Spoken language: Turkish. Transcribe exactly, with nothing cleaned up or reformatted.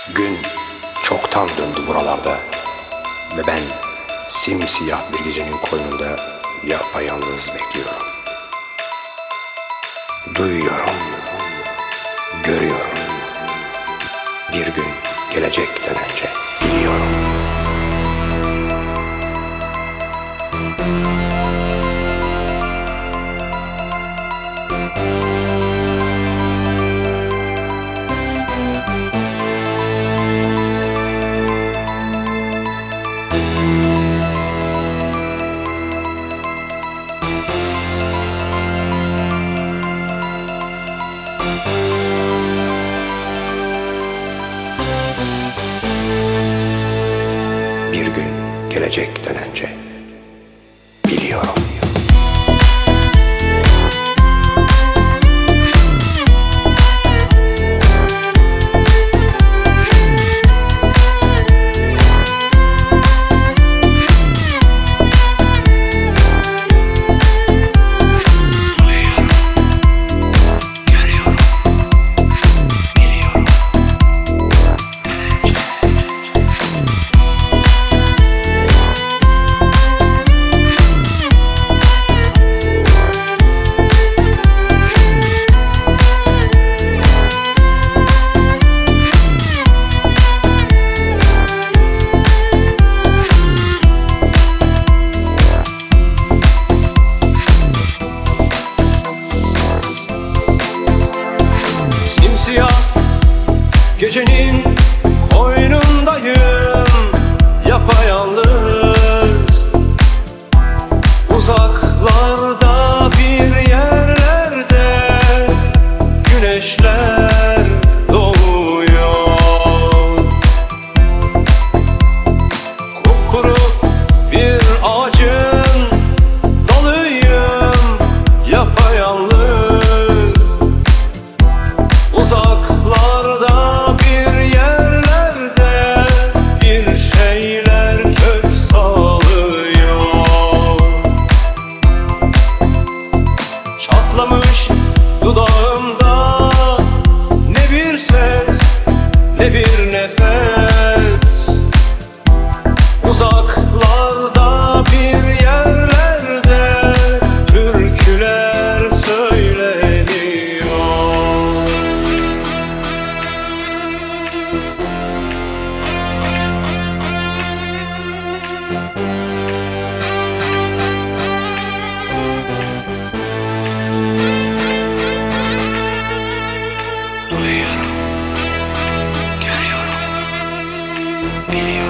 Gün çoktan döndü buralarda ve ben simsiyah bir gecenin koynunda yapayalnız bekliyorum. Duyuyorum, görüyorum. Bir gün gelecekten önce biliyorum. Bir gün gelecekten önce biliyorum. Gecenin koynundayım, yapayalnız. Uzaklarda bir yerlerde güneşler doğuyor. Kupkuru bir ağacın dalıyım, yapayalnız. Uzaklarda dudağımda ne bir ses, ne bir nefes. Uzaklarda bir yerlerde türküler söyleniyor. Biliyorum.